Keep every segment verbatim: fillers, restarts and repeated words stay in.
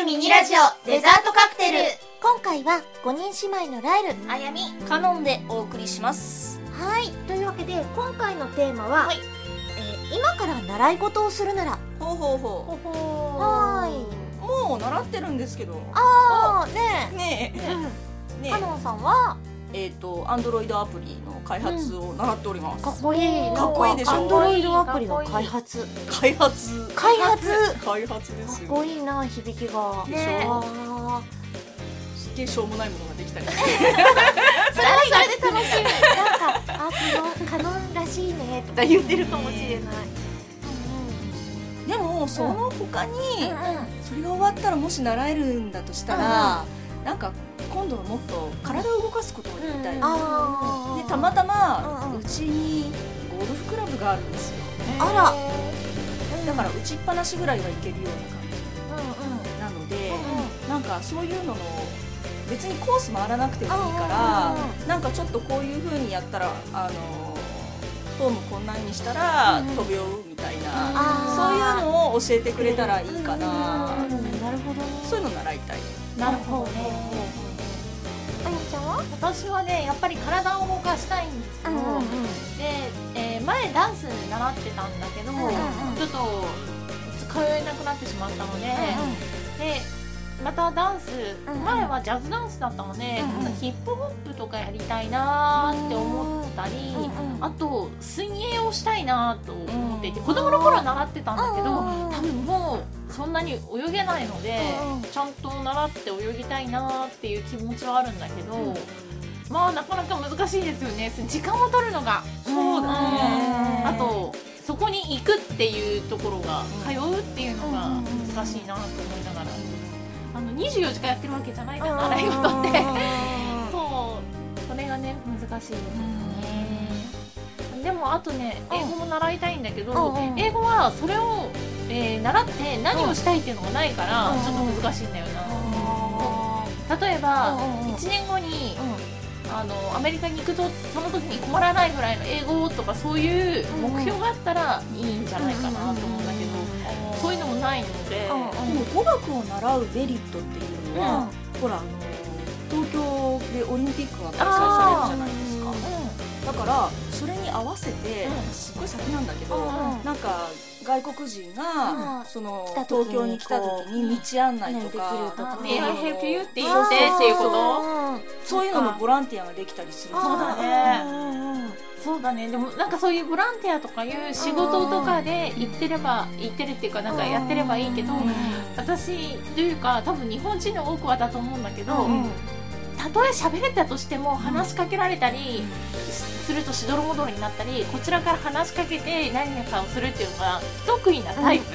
るミニラジオデザートカクテル。 今回はごにん姉妹のライル、 あやみ、 カノンでお送りします。 はい、というわけで今回のテーマは、 はい、 えー、今から習い事をするなら。 ほうほうほほほー。 はーい。 もう習ってるんですけど。 あーねえねえ、 うんねカノンさんはえ、えっとアンドロイドアプリの開発を習っております。 かっこいい。 かっこいいでしょ。 アンドロイドアプリの開発。 開発。 開発。 開発ですよ。 かっこいいな、響きが。 でしょ。 あすっげえしょうもないものができたり。 それはそれで楽しみ。なんかあ、カノンカノンらしいねとか言ってるかもしれない。 でもその他に、 うんうんそれが終わったらもし習えるんだとしたら、なんか今度はもっと体を動かすことをやりたい。 あでたまたまうんうんうちにゴルフクラブがあるんですよ。 あら、 だから打ちっぱなしぐらいはいけるような感じなので、なんかそういうのの別にコース回らなくてもいいから、なんかちょっとこういう風にやったらあのフォームこんなにしたら飛ぶよみたいな、そういうのを教えてくれたらいいかな。 なるほどね。 そういうの習いたい。 なるほどね。 あやちゃんは？ 私はね、やっぱり体を動かしたいんですけど、で、えー、前ダンス習ってたんだけど、 んうんうんちょっと通えなくなってしまったので、でまたダンス、 うんうん前はジャズダンスだったので、 うんうんヒップホップとかやりたいなーって思ったり、 うんうんあと水泳をしたいなと思っていて、 うん子供の頃は習ってたんだけど、 うん多分もうそんなに泳げないので、 うんちゃんと習って泳ぎたいなっていう気持ちはあるんだけど、まあなかなか難しいですよね、時間を取るのが。 そうだね。 あとそこに行くっていうところが、通うっていうのが難しいなと思いながら、あのにじゅうよじかんやってるわけじゃないんだよ、習い事って。そうそれがね難しいですね。でもあとね、英語も習いたいんだけど、英語はそれを、えー、習って何をしたいっていうのがないから、ちょっと難しいんだよな。例えばいちねんごにあのアメリカに行くとその時に困らないぐらいの英語とかそういう目標があったらいいんじゃないかなと思うんだけど、そういうのもないので。 でも語学を習うメリットっていうのは、ほらあの東京でオリンピックが開催されるじゃないですか。だからそれに合わせて、すっごい先なんだけど、なんか外国人がその東京に来た時に道案内とか、 May I help you って言ってっていうこと、 そういうののボランティアができたりする。 そうだね。そうだね。でもなんかそういうボランティアとかいう仕事とかで行ってれば行ってるっていうかなんかやってればいいけど、私というか多分日本人の多くはだと思うんだけど、たとえ喋れたとしても話しかけられたりするとしどろもどろになったり、こちらから話しかけて何かをするっていうのが不得意なタイプ。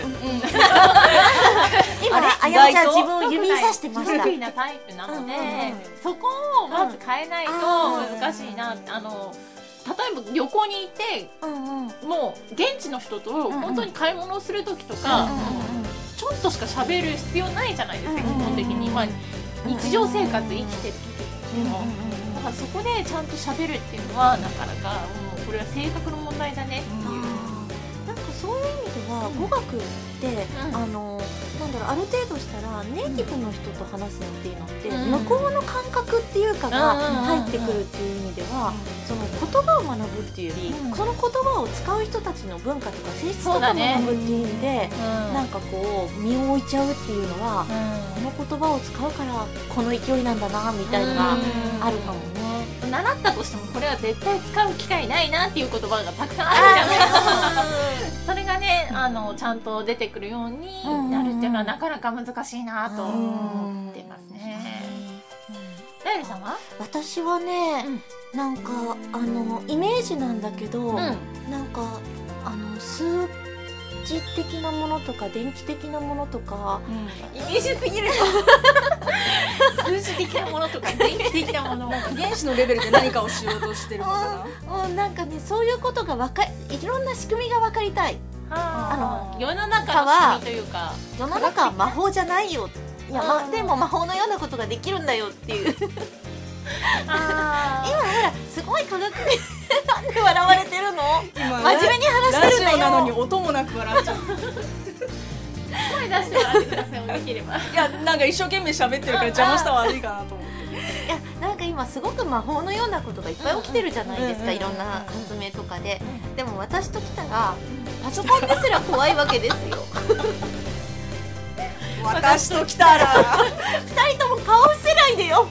今あやちゃん自分を指さしてました。 不得意なタイプなので、そこをまず変えないと難しいな。あの例えば旅行に行って、もう現地の人と本当に買い物をする時とか、ちょっとしか喋る必要ないじゃないですか、基本的に。まあ日常生活生きてる時でも、だからそこでちゃんと喋るっていうのはなかなかもうこれは性格の問題だねっていう。 なんかそういう意味では語学ってあのなんだろう、ある程度したらネイティブの人と話すのっていうのって向こうの感覚っていうかが入ってくるっていう意味では、その言葉を学ぶっていうより、この言葉を使う人たちの文化とか性質とかを学ぶっていう意味で、なんかこう身を置いちゃうっていうのは、この言葉を使うからこの勢いなんだなみたいなのがあるかもね。 習ったとしてもこれは絶対使う機会ないなっていう言葉がたくさんあるじゃないですか。それがね、あのちゃんと出てくるようになるっていうのはなかなか難しいなと思ってますね。ライルさんは？ 私はね、なんかあのイメージなんだけど、なんかあの数字的なものとか電気的なものとか、 イメージすぎる。数字的なものとか電気的なもの、 原子のレベルで何かをしようとしてるのかな。 うん、なんかね、そういうことがわかいろんな仕組みが分かりたい。 あの世の中の仕組みというか、 世の中は魔法じゃないよ、いや、ま、でも魔法のようなことができるんだよっていう。あ今ほらすごい科学でなんで笑われてるの？真面目に話してるんだよ。 ラジオなのに音もなく笑っちゃう。 声声出してもらってください。できれば。 いやなんか一生懸命喋ってるから邪魔したら悪いかなと思って。 いやなんか今すごく魔法のようなことがいっぱい起きてるじゃないですか、 うんうんいろんな発明とかで、でも私ときたらパソコンですら怖いわけですよ。 私と来たら二人とも顔伏せないでよ。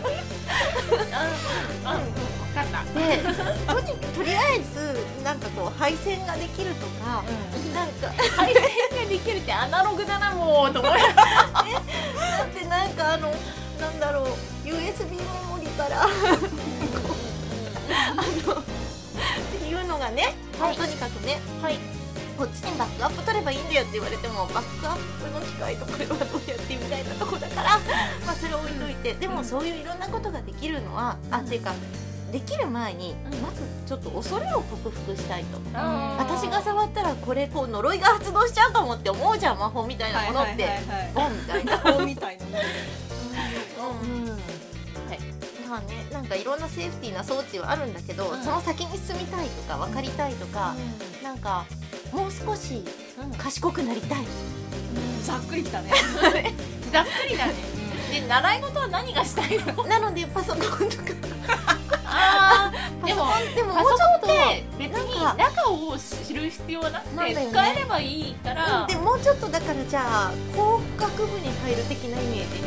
あ、分かった。 でとにとりあえずなんかこう配線ができるとか、なんか配線ができるってアナログだなもうと思って。 だってなんかあのなんだろう ユーエスビー メモリからあのっていうのがね、はい、とにかくね、はい、こっちにバックアップ取ればいいんだよって言われてもバックアップの機械とこれはどうやってみたいなとこだからまあそれを置いといて、でもそういういろんなことができるのは、あっていうかできる前にまずちょっと恐れを克服したいと、私が触ったらこれこう呪いが発動しちゃうかもって思うじゃん、魔法みたいなものってボンみたいな魔法みたいなものうんはい、まあね、なんかいろんなセーフティーな装置はあるんだけど、うん、その先に進みたいとか分かりたいとか、うん、なんかもう少し賢くなりたい、 うん、ざっくりきたねざっくりだね、うん、で習い事は何がしたいの？ なのでパソコンとかあーでもでももうちょっと別に中を知る必要はなくて、ね、使えればいいから、 うん、でもうちょっとだからじゃあ工学部に入る的なイメージ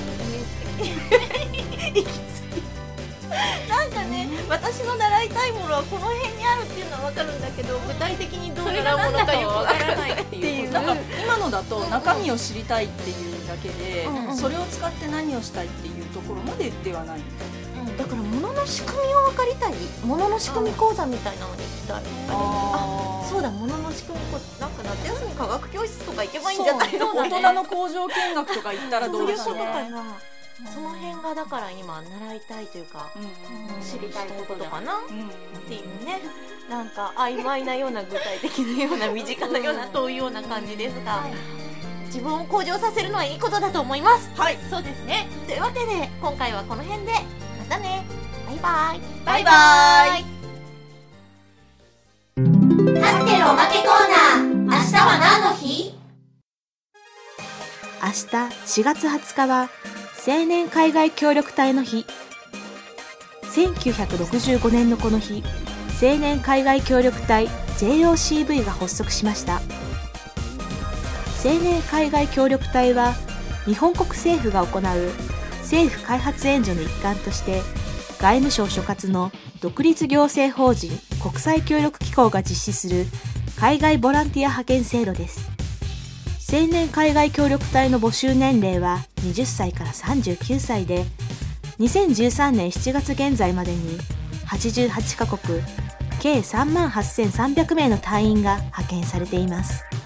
なんかね、うん、私の習いたいものはこの辺にあるっていうのは分かるんだけど、具体的にどう習うものかよく分からないっていうなんか今のだと中身を知りたいっていうだけで、うんうん、それを使って何をしたいっていうところまでではない、 うん、だから物の仕組みを分かりたい、物の仕組み講座みたいなのに行きたい。ああそうだ、物の仕組み講座、なんか夏休み科学教室とか行けばいいんじゃないの？ 大人の工場見学とか行ったらどうでしょう。 そういうことかな。その辺がだから今習いたいというか、うん、知りたいことかな、うん、っていうね、なんか曖昧なような具体的なような身近なような遠いような感じですが、はい、自分を向上させるのはいいことだと思います。 はい、そうですね。 というわけで今回はこの辺でまたね、バイバイバイバイ。 立ってるおまけコーナー、明日は何の日？ 明日しがつはつかは青年海外協力隊の日。せんきゅうひゃくろくじゅうごねんのこの日、青年海外協力隊 ジェイオーシーブイ が発足しました。青年海外協力隊は日本国政府が行う政府開発援助の一環として外務省所轄の独立行政法人国際協力機構が実施する海外ボランティア派遣制度です。青年海外協力隊の募集年齢ははたちからさんじゅうきゅうさいで、にせんじゅうさんねんしちがつ現在までにはちじゅうはちかこく計さんまんはっせんさんびゃくめいの隊員が派遣されています。